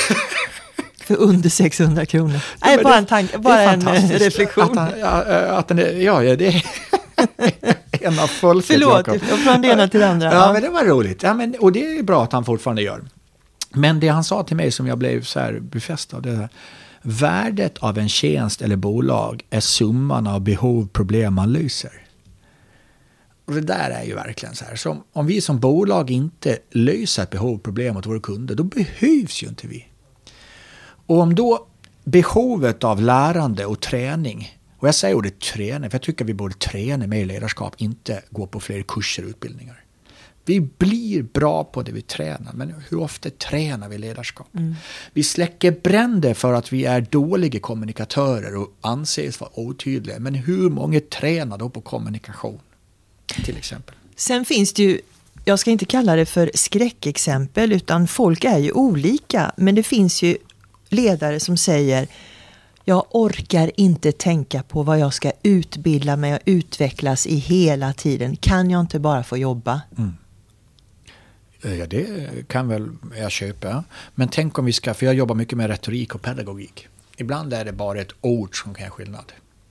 För under sexhundra kronor. Nej, ja, bara det, en, tank, bara en reflektion.
Att han, ja, att den är, ja, det är en av folket.
Förlåt, Jacob. Från det ena till det andra.
Ja, ja, men det var roligt. Ja, men, och det är bra att han fortfarande gör. Men det han sa till mig som jag blev så här befäst av det här. Värdet av en tjänst eller bolag är summan av behov, problem man löser. Och det där är ju verkligen så här. Så om vi som bolag inte löser ett behov, problem åt våra kunder, då behövs ju inte vi. Och om då behovet av lärande och träning, och jag säger ordet träning, för jag tycker att vi borde träna mer ledarskap, inte gå på fler kurser och utbildningar. Vi blir bra på det vi tränar, men hur ofta tränar vi ledarskap? Mm. Vi släcker bränder för att vi är dåliga kommunikatörer och anses vara otydliga, men hur många tränar då på kommunikation? Till exempel.
Sen finns det ju, jag ska inte kalla det för skräckexempel, utan folk är ju olika, men det finns ju ledare som säger jag orkar inte tänka på vad jag ska utbilda mig och utvecklas i hela tiden. Kan jag inte bara få jobba? Mm.
Ja, det kan väl jag köpa. Men tänk om vi ska, för jag jobbar mycket med retorik och pedagogik. Ibland är det bara ett ord som kan göra skillnad.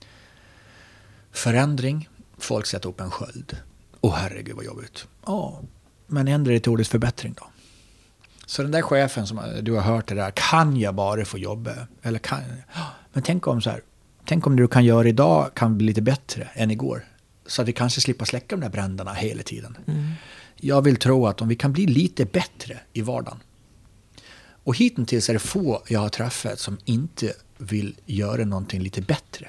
Förändring, folk sätter upp en sköld. Åh herregud vad jobbigt. Ja, men ändrar det till ordet förbättring då? Så den där chefen som du har hört det där, kan jag bara få jobba? Eller kan, men tänk om så här, tänk om det du kan göra idag kan bli lite bättre än igår. Så att vi kanske slipper släcka de där bränderna hela tiden. Mm. Jag vill tro att om vi kan bli lite bättre i vardagen. Och hittills är det få jag har träffat som inte vill göra någonting lite bättre.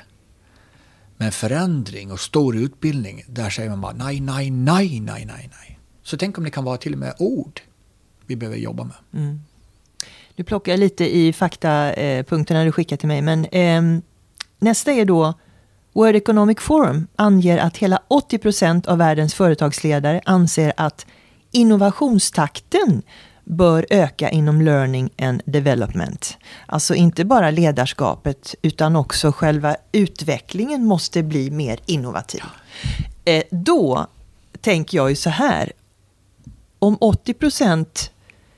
Men förändring och stor utbildning, där säger man bara nej, nej, nej, nej, nej, nej. Så tänk om det kan vara till och med ord vi behöver jobba med.
Mm. Du plockar lite i faktapunkterna du skickar till mig, men eh, nästa är då World Economic Forum anger att hela åttio procent av världens företagsledare anser att innovationstakten bör öka inom learning and development. Alltså inte bara ledarskapet utan också själva utvecklingen måste bli mer innovativ. Eh, då tänker jag ju så här. Om åttio procent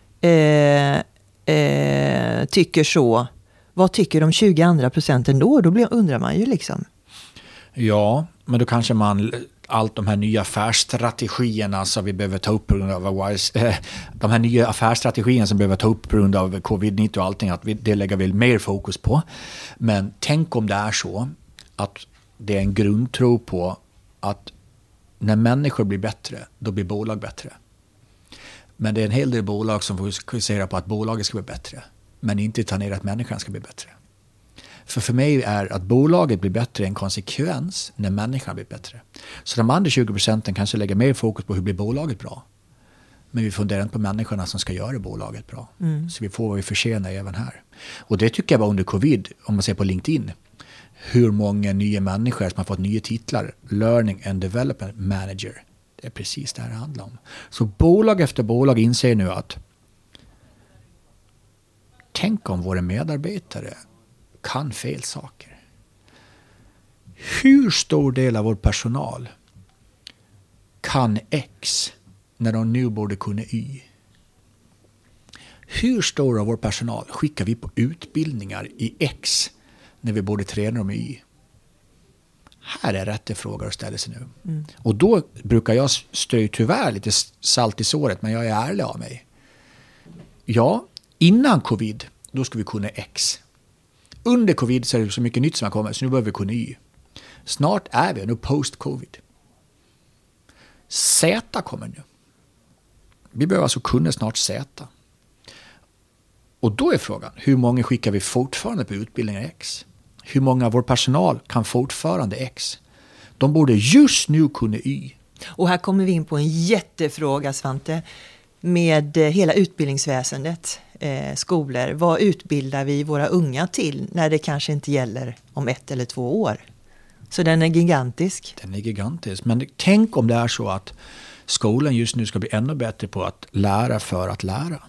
eh, eh, tycker så, vad tycker de tjugo andra procenten då? Då blir, undrar man ju liksom.
Ja, men då kanske man allt de här nya affärsstrategierna som vi behöver ta upp på grund av äh, de här nya affärsstrategierna som behöver ta upp på grund av covid nitton och allting, att vi, det lägger vi mer fokus på. Men tänk om det är så att det är en grundtro på att när människor blir bättre, då blir bolag bättre. Men det är en hel del bolag som fokuserar på att bolaget ska bli bättre, men inte tar ner att människan ska bli bättre. För för mig är att bolaget blir bättre en konsekvens när människan blir bättre. Så de andra tjugo procenten kanske lägger mer fokus på hur blir bolaget bra. Men vi funderar inte på människorna som ska göra bolaget bra. Mm. Så vi får vad vi förtjänar även här. Och det tycker jag var under covid, om man ser på LinkedIn. Hur många nya människor som har fått nya titlar. Learning and Development Manager. Det är precis det här det handlar om. Så bolag efter bolag inser nu att tänk om våra medarbetare kan fel saker. Hur stor del av vår personal kan X när de nu borde kunna Y? Hur stor av vår personal skickar vi på utbildningar i X när vi borde träna dem i Y? Här är rätt frågor att ställa sig nu. Mm. Och då brukar jag strö tyvärr lite salt i såret, men jag är ärlig av mig. Ja, innan covid, då ska vi kunna X. Under covid så är det så mycket nytt som har kommit, så nu behöver vi kunna Y. Snart är vi nu post-covid. Z kommer nu. Vi behöver alltså kunna snart Z. Och då är frågan, hur många skickar vi fortfarande på utbildningar X? Hur många av vår personal kan fortfarande X? De borde just nu kunna Y.
Och här kommer vi in på en jättefråga, Svante, med hela utbildningsväsendet, eh, skolor. Vad utbildar vi våra unga till när det kanske inte gäller om ett eller två år? Så den är gigantisk.
Den är gigantisk, men tänk om det är så att skolan just nu ska bli ännu bättre på att lära för att lära.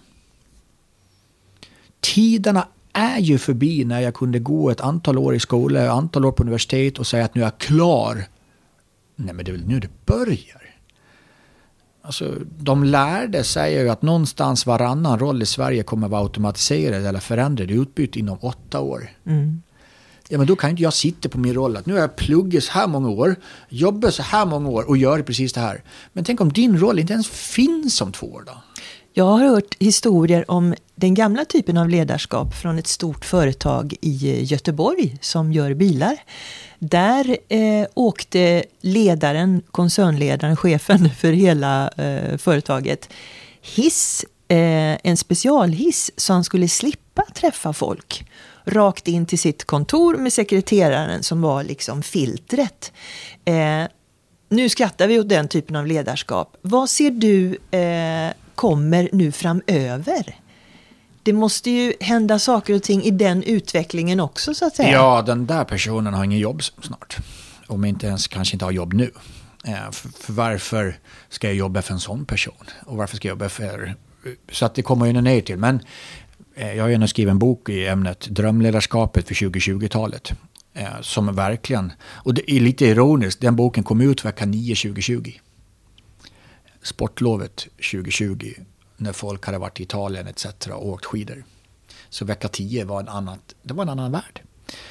Tiderna är ju förbi när jag kunde gå ett antal år i skola, ett antal år på universitet och säga att nu är jag klar. Nej, men det är väl nu det börjar. Alltså, de lärde säger ju att någonstans varannan roll i Sverige kommer att vara automatiserad eller förändrad, utbytt inom åtta år. Mm. Ja, men då kan inte jag sitta på min roll att nu har jag pluggat så här många år, jobbat så här många år och gör precis det här. Men tänk om din roll inte ens finns om två år då?
Jag har hört historier om den gamla typen av ledarskap från ett stort företag i Göteborg som gör bilar. Där eh, åkte ledaren, koncernledaren, chefen för hela eh, företaget hiss, eh, en specialhiss så han skulle slippa träffa folk. Rakt in till sitt kontor med sekreteraren som var liksom filtret. Eh, nu skrattar vi åt den typen av ledarskap. Vad ser du eh, kommer nu framöver? Det måste ju hända saker och ting i den utvecklingen också, så att säga.
Ja, den där personen har ingen jobb snart. Om inte ens kanske inte har jobb nu. Eh, för, för varför ska jag jobba för en sån person? Och varför ska jag jobba för... Så att det kommer ju ner till. Men eh, jag har ju skrivit en bok i ämnet Drömledarskapet för tjugohundra-talet. Eh, som verkligen... Och det är lite ironiskt. Den boken kom ut vecka nio tjugohundratjugo. Sportlovet tjugohundratjugo. När folk hade varit i Italien et cetera och åkt skidor. Så vecka tio var en, annat, det var en annan värld.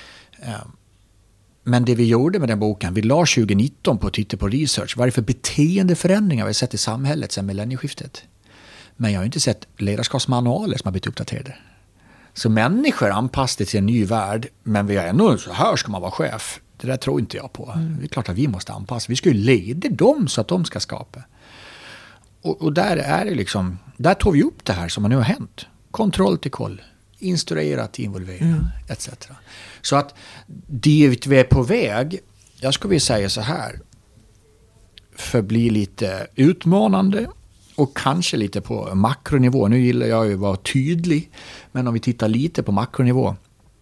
Men det vi gjorde med den boken, vi la tjugonitton på att titta på research. Vad är det för beteendeförändringar vi har sett i samhället sedan millennieskiftet? Men jag har inte sett ledarskapsmanualer som har blivit uppdaterade. Så människor anpassade till en ny värld, men vi har ändå så här ska man vara chef. Det där tror inte jag på. Mm. Det är klart att vi måste anpassa. Vi ska ju leda dem så att de ska skapa. Och, och där är det liksom, där tog vi upp det här som nu har hänt. Kontroll till koll, instruera till involvera, mm. et cetera. Så att dit vi är på väg, jag skulle vilja säga så här, förbli lite utmanande och kanske lite på makronivå. Nu gillar jag ju att vara tydlig, men om vi tittar lite på makronivå.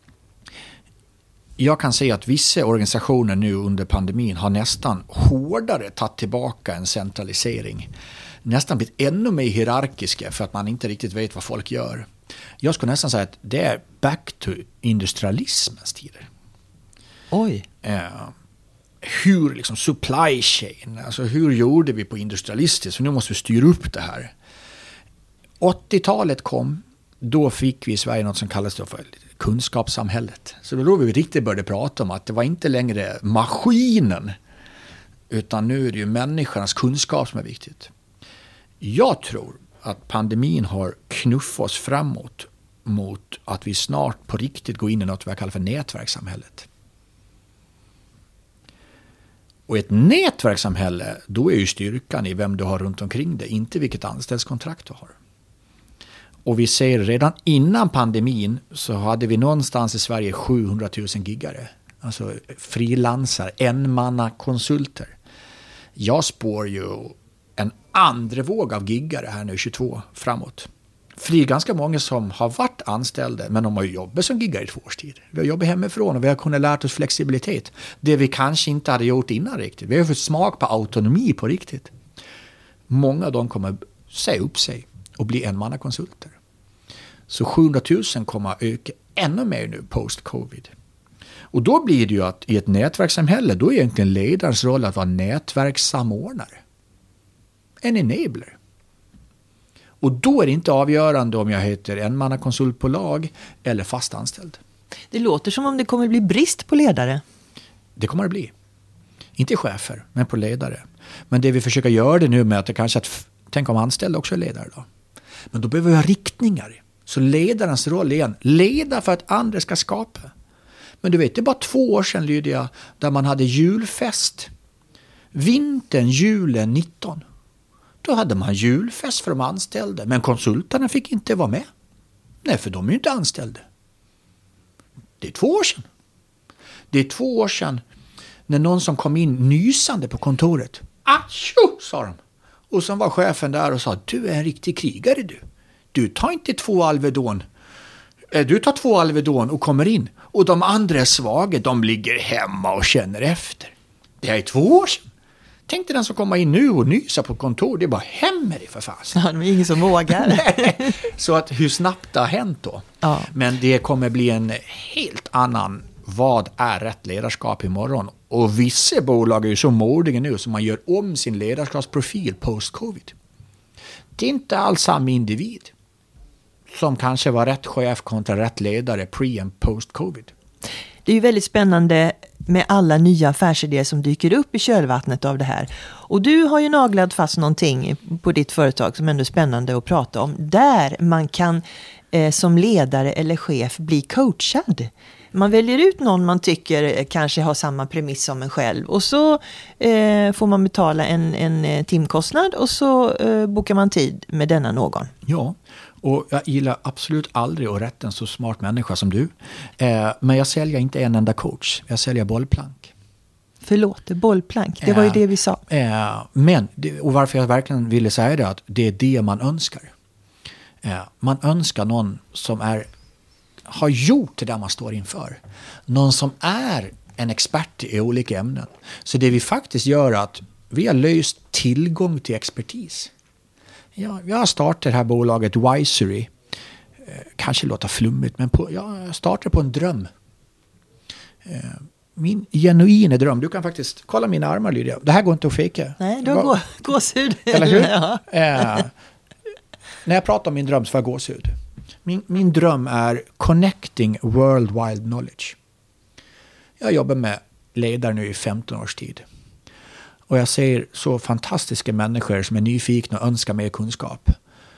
Jag kan säga att vissa organisationer nu under pandemin har nästan hårdare tagit tillbaka en centralisering. Nästan blivit ännu mer hierarkiska för att man inte riktigt vet vad folk gör. Jag skulle nästan säga att det är back to industrialismens tider.
Oj.
Eh, hur liksom supply chain, alltså hur gjorde vi på industrialistiskt? Så nu måste vi styra upp det här. åttiotalet kom, då fick vi i Sverige något som kallas för kunskapssamhället. Så då vi riktigt började prata om att det var inte längre maskinen, utan nu är det ju människornas kunskap som är viktigt. Jag tror att pandemin har knuffat oss framåt mot att vi snart på riktigt går in i något vi kallar för nätverkssamhället. Och ett nätverkssamhälle, då är ju styrkan i vem du har runt omkring dig, inte vilket anställskontrakt du har. Och vi ser redan innan pandemin så hade vi någonstans i Sverige sjuhundratusen giggare. Alltså frilansare, enmannakonsulter. Jag spår ju en andra våg av giggare här nu tjugotvå framåt. För det är ganska många som har varit anställda, men de har jobbat som giggare i två års tid. Vi har jobbat hemifrån och vi har kunnat lära oss flexibilitet. Det vi kanske inte hade gjort innan riktigt. Vi har fått smak på autonomi på riktigt. Många av dem kommer säga upp sig och bli enmannakonsulter. Så sjuhundratusen kommer att öka ännu mer nu post-covid. Och då blir det ju att i ett nätverkssamhälle, då är egentligen ledarens roll att vara nätverkssamordnare. En enabler. Och då är det inte avgörande om jag heter enmannakonsultbolag eller fast anställd.
Det låter som om det kommer bli brist på ledare.
Det kommer det bli. Inte chefer, men på ledare. Men det vi försöker göra det nu med att det kanske att, tänk om anställda också är ledare då. Men då behöver vi ha riktningar. Så ledarens roll är en leda för att andra ska skapa. Men du vet, det är bara två år sedan, Lydia, där man hade julfest. Vintern, julen nitton. Då hade man julfest för de anställda. Men konsulterna fick inte vara med. Nej, för de är ju inte anställda. Det är två år sedan. Det är två år sedan när någon som kom in nysande på kontoret. Atsjo, sa de. Och sen var chefen där och sa, du är en riktig krigare du. Du tar inte två Alvedon. Du tar två Alvedon och kommer in. Och de andra är svaga, de ligger hemma och känner efter. Det är två år sedan. Tänk dig den som kommer in nu och nysa på kontor. Det är bara hem med det för fast.
Ja, det är ingen som vågar.
Så att hur snabbt det har hänt då.
Ja.
Men det kommer bli en helt annan, vad är rätt ledarskap imorgon? Och vissa bolag är ju så modiga nu som man gör om sin ledarskapsprofil post-covid. Det är inte alls samma individ som kanske var rätt chef kontra rätt ledare pre- och post-covid.
Det är ju väldigt spännande med alla nya affärsidéer som dyker upp i kölvattnet av det här. Och du har ju naglat fast någonting på ditt företag som ändå är spännande att prata om. Där man kan eh, som ledare eller chef bli coachad. Man väljer ut någon man tycker kanske har samma premiss som en själv. Och så eh, får man betala en, en timkostnad och så eh, bokar man tid med denna någon.
Ja, och jag gillar absolut aldrig att rätta en så smart människa som du. Eh, men jag säljer inte en enda coach. Jag säljer bollplank.
Förlåt, bollplank. Det var ju
eh,
det vi sa.
Eh, men, och varför jag verkligen ville säga det, att det är det man önskar. Eh, man önskar någon som är har gjort det där man står inför. Någon som är en expert i olika ämnen. Så det vi faktiskt gör är att vi har löst tillgång till expertis. Ja, jag har startat det här bolaget Wisery. Eh, kanske låter flummigt, men på, jag startar på en dröm. Eh, min genuina dröm. Du kan faktiskt kolla mina armar, Lydia. Det här går inte att fejka.
Nej, du har gå, gåshud.
Eller hur?
Ja.
Eh, när jag pratar om min dröm så får jag gåshud. Min, min dröm är connecting worldwide knowledge. Jag jobbar med ledare nu i femton års tid. Och jag ser så fantastiska människor som är nyfikna och önskar mer kunskap.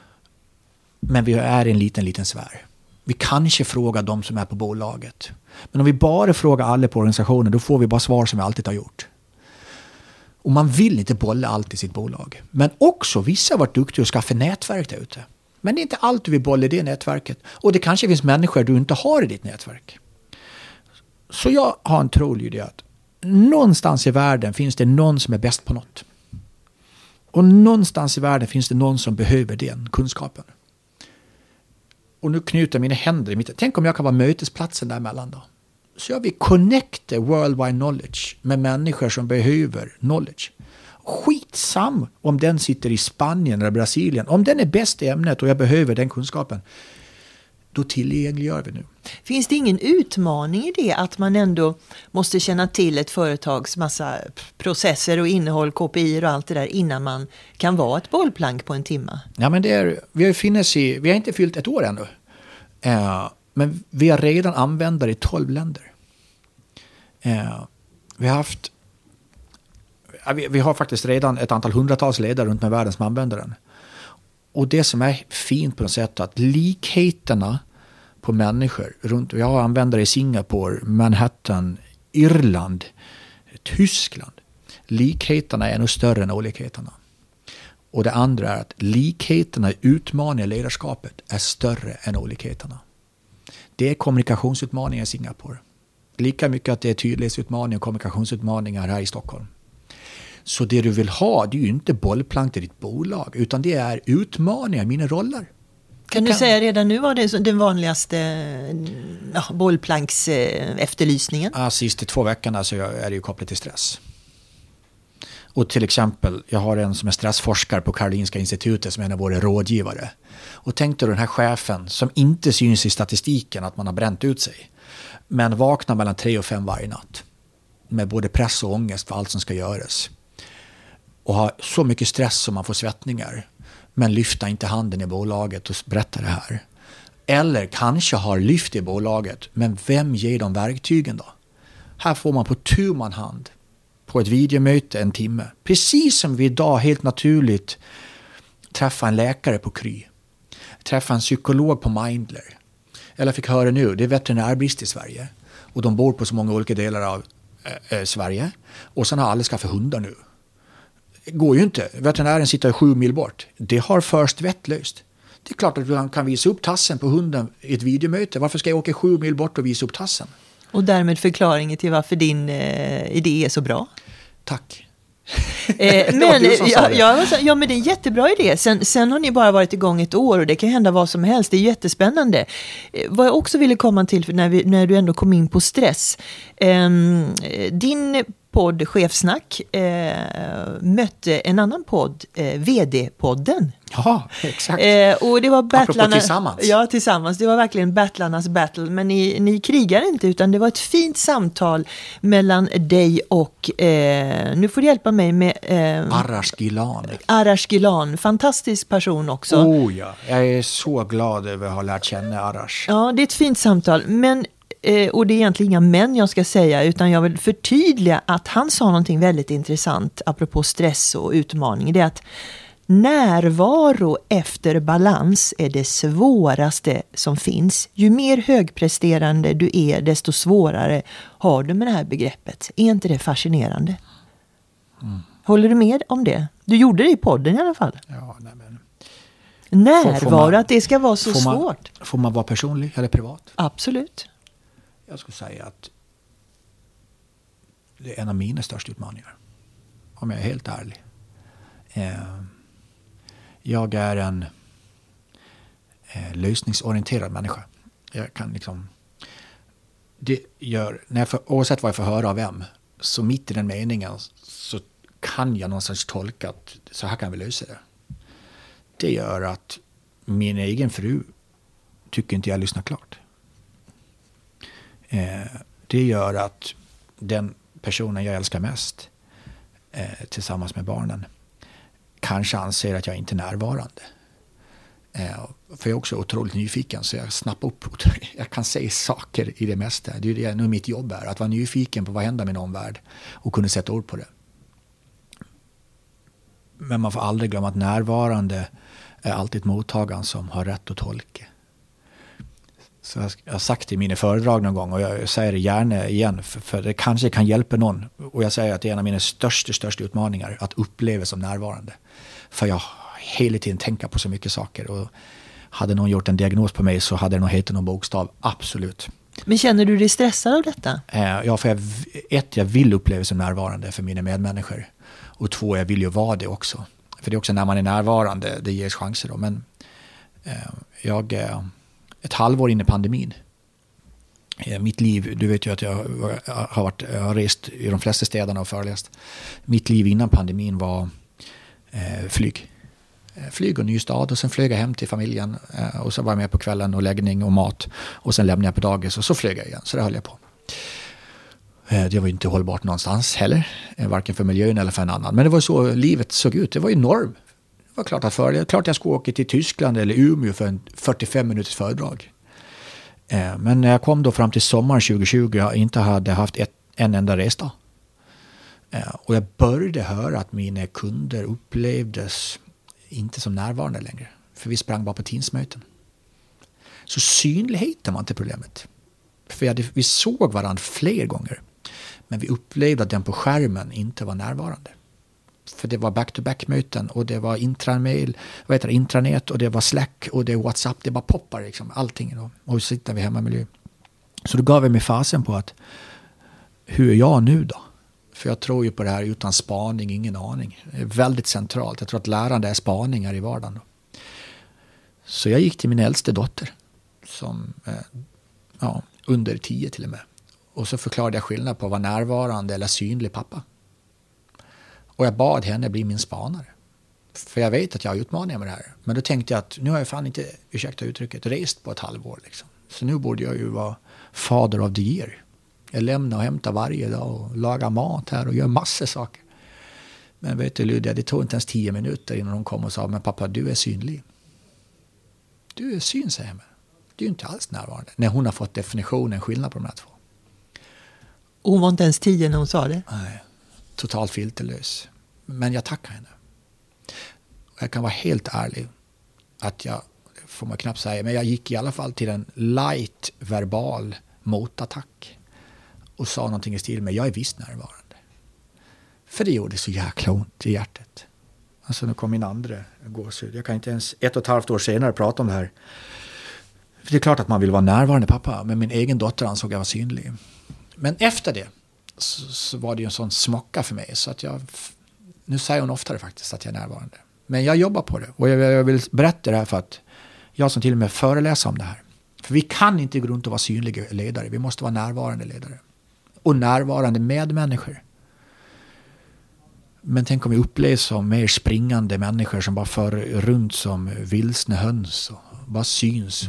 Men vi är en liten, liten sfär. Vi kanske frågar de som är på bolaget. Men om vi bara frågar alla på organisationen, då får vi bara svar som vi alltid har gjort. Och man vill inte bolla allt i sitt bolag. Men också, vissa har varit duktiga att skaffa nätverk där ute. Men det är inte allt du vill bolla i det nätverket. Och det kanske finns människor du inte har i ditt nätverk. Så jag har en tro, Lydia, att någonstans i världen finns det någon som är bäst på något. Och någonstans i världen finns det någon som behöver den kunskapen. Och nu knyter mina händer i mitt. Tänk om jag kan vara mötesplatsen däremellan då. Så jag vill connecta worldwide knowledge med människor som behöver knowledge. Skitsam om den sitter i Spanien eller Brasilien. Om den är bäst i ämnet och jag behöver den kunskapen, då tillgängliggör vi nu.
Finns det ingen utmaning i det att man ändå måste känna till ett företags massa processer och innehåll, K P I och allt det där innan man kan vara ett bollplank på en timma?
Ja, men det är, vi, har finnes i, vi har inte fyllt ett år ännu. Eh, men vi har redan användare i tolv länder. Eh, vi har haft Vi, vi har faktiskt redan ett antal hundratals ledare runt med världen som använder den. Och det som är fint på något sätt är att likheterna på människor runt, jag har användare i Singapore, Manhattan, Irland, Tyskland. Likheterna är nog större än olikheterna. Och det andra är att likheterna i utmaningar i ledarskapet är större än olikheterna. Det är kommunikationsutmaningar i Singapore. Lika mycket att det är tydlighetsutmaningar och kommunikationsutmaningar här i Stockholm. Så det du vill ha, det är ju inte bollplank till ditt bolag, utan det är utmaningar, mina roller.
Kan du kan... säga redan nu vad det är den vanligaste ja, bollplanks eh, efterlysningen?
Ja, sista två veckorna så är det ju kopplat till stress. Och till exempel, jag har en som är stressforskare på Karolinska institutet som är en av våra rådgivare. Och tänk dig den här chefen som inte syns i statistiken att man har bränt ut sig. Men vaknar mellan tre och fem varje natt. Med både press och ångest för allt som ska göras. Och har så mycket stress som man får svettningar. men lyfta inte handen i bolaget och berätta det här. Eller kanske har lyft i bolaget, men vem ger de verktygen då? Här får man på tu man hand på ett videomöte en timme. Precis som vi idag helt naturligt träffar en läkare på Kry. Träffar en psykolog på Mindler. Eller fick höra nu, det är veterinärbrist i Sverige. Och de bor på så många olika delar av äh, Sverige. Och sen har alla skaffat hundar nu. Det går ju inte. Veterinären sitter sju mil bort. Det har First Vet löst. Det är klart att du kan visa upp tassen på hunden i ett videomöte. Varför ska jag åka sju mil bort och visa upp tassen?
Och därmed förklaringen till varför din eh, idé är så bra.
Tack.
Eh, men, ja, ja, ja, men det är en jättebra idé. Sen, sen har ni bara varit igång ett år och det kan hända vad som helst. Det är jättespännande. Eh, vad jag också ville komma till för när, vi, när du ändå kom in på stress. Eh, din podd Chefsnack eh, mötte en annan podd, eh, V D-podden.
Ja, exakt.
Eh, och det var battlarna,
tillsammans.
Ja, tillsammans. Det var verkligen battlarnas battle. Men ni, ni krigar inte, utan det var ett fint samtal mellan dig och, eh, nu får du hjälpa mig med... Eh,
Arash Gilan.
Arash Gilan. Fantastisk person också.
Oh ja, jag är så glad över att ha lärt känna Arash.
Ja, det är ett fint samtal. Men... och det är egentligen inga män jag ska säga, utan jag vill förtydliga att han sa någonting väldigt intressant apropå stress och utmaning. Det är att närvaro efter balans är det svåraste som finns. Ju mer högpresterande du är, desto svårare har du med det här begreppet. Är inte det fascinerande? Mm. Håller du med om det? Du gjorde det i podden i alla fall.
Ja, nej men...
Närvaro,
får, får man,
att det ska vara så
får man,
svårt.
Får man vara personlig eller privat?
Absolut.
Jag skulle säga att det är en av mina största utmaningar. Om jag är helt ärlig. Eh, jag är en eh, lösningsorienterad människa. Jag kan liksom... Det gör, när jag för, oavsett vad jag får höra av vem, så mitt i den meningen så kan jag någonstans tolka att så här kan vi lösa det. Det gör att min egen fru tycker inte jag lyssnar klart. Eh, det gör att den personen jag älskar mest eh, tillsammans med barnen kanske anser att jag inte är närvarande. Eh, för jag är också otroligt nyfiken, så jag snappar upp. Jag kan säga saker i det mesta. Det är det nu mitt jobb är, att vara nyfiken på vad händer med min omvärld och kunna sätta ord på det. Men man får aldrig glömma att närvarande är alltid mottagaren som har rätt att tolka. Så jag har sagt det i mina föredrag någon gång, och jag säger det gärna igen, för, för det kanske kan hjälpa någon. Och jag säger att det är en av mina största, största utmaningar att uppleva som närvarande. För jag hela tiden tänker på så mycket saker, och hade någon gjort en diagnos på mig så hade det nog hetat någon bokstav, absolut.
Men känner du dig stressad av detta?
Eh, ja, för jag, ett, jag vill uppleva som närvarande för mina medmänniskor. Och två, jag vill ju vara det också. För det är också när man är närvarande, det ges chanser då. Men eh, jag... Eh, ett halvår in i pandemin. Mitt liv, du vet ju att jag har, varit, jag har rest i de flesta städerna och föreläst. Mitt liv innan pandemin var eh, flyg. Flyg och ny stad, och sen flög jag hem till familjen. Eh, och så var jag med på kvällen och läggning och mat. Och sen lämnade jag på dagis och så flög jag igen. Så det höll jag på. Eh, det var inte hållbart någonstans heller. Eh, varken för miljön eller för en annan. Men det var så livet såg ut. Det var enormt. Det var klart att, för, klart jag skulle åka till Tyskland eller Umeå för en fyrtiofem minuters föredrag. Eh, men när jag kom då fram till sommaren tjugo tjugo, jag inte hade haft ett, en enda resdag. Eh, och jag började höra att mina kunder upplevdes inte som närvarande längre. För vi sprang bara på Teamsmöten. Så synligheten var inte problemet. För vi, hade, vi såg varandra fler gånger. Men vi upplevde att den på skärmen inte var närvarande. För det var back-to-back-möten, och det var intramail, vad heter det, intranät, och det var Slack, och det var WhatsApp. Det bara poppar liksom, allting. Då. Och så sitter vi hemma i miljö. Så då gav jag mig fasen på att hur är jag nu då? För jag tror ju på det här utan spaning, ingen aning. Det är väldigt centralt. Jag tror att lärande är spaningar i vardagen. Då. Så jag gick till min äldste dotter, som eh, ja, under tio till och med. Och så förklarade jag skillnad på att vara närvarande eller synlig pappa. Och jag bad henne bli min spanare. För jag vet att jag har utmaningar med det här. Men då tänkte jag att nu har jag fan inte, ursäkta uttrycket, rest på ett halvår. Liksom. Så nu borde jag ju vara father of the year. Jag lämnar och hämtar varje dag och lagar mat här och gör massor saker. Men vet du Lydia, det tog inte ens tio minuter innan hon kom och sa, men pappa, du är synlig. Du är syn, säger jag. Du är inte alls närvarande. När hon har fått definitionen, skillnad på de här två.
Hon var inte ens tio när hon sa det?
Nej, totalt filterlös. Men jag tackar henne. Jag kan vara helt ärlig att jag, får man knappt säga, men jag gick i alla fall till en light verbal motattack och sa någonting i stil med, jag är visst närvarande. För det gjorde så jäkla ont i hjärtat. Alltså nu kom min andra gåshud. Jag kan inte ens ett och ett halvt år senare prata om det här. För det är klart att man vill vara närvarande pappa, men min egen dotter ansåg jag var synlig. Men efter det så, så var det ju en sån smocka för mig, så att jag, nu säger hon oftare faktiskt att jag är närvarande. Men jag jobbar på det, och jag, jag vill berätta det här för att jag som till och med föreläser om det här. För vi kan inte gå runt och vara synliga ledare, vi måste vara närvarande ledare. Och närvarande medmänniskor. Men tänk om vi upplevs som mer springande människor som bara för runt som vilsna höns och bara syns.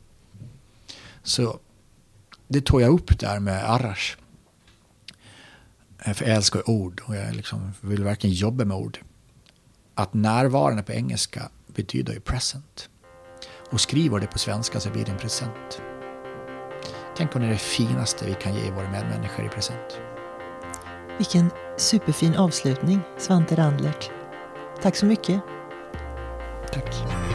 Så det tog jag upp där med Arash. För jag älskar ord och jag liksom vill verkligen jobba med ord. Att närvarande på engelska betyder ju present. Och skriver det på svenska så blir det en present. Tänk om det är det finaste vi kan ge våra medmänniskor i present.
Vilken superfin avslutning, Svante Randlert. Tack så mycket.
Tack.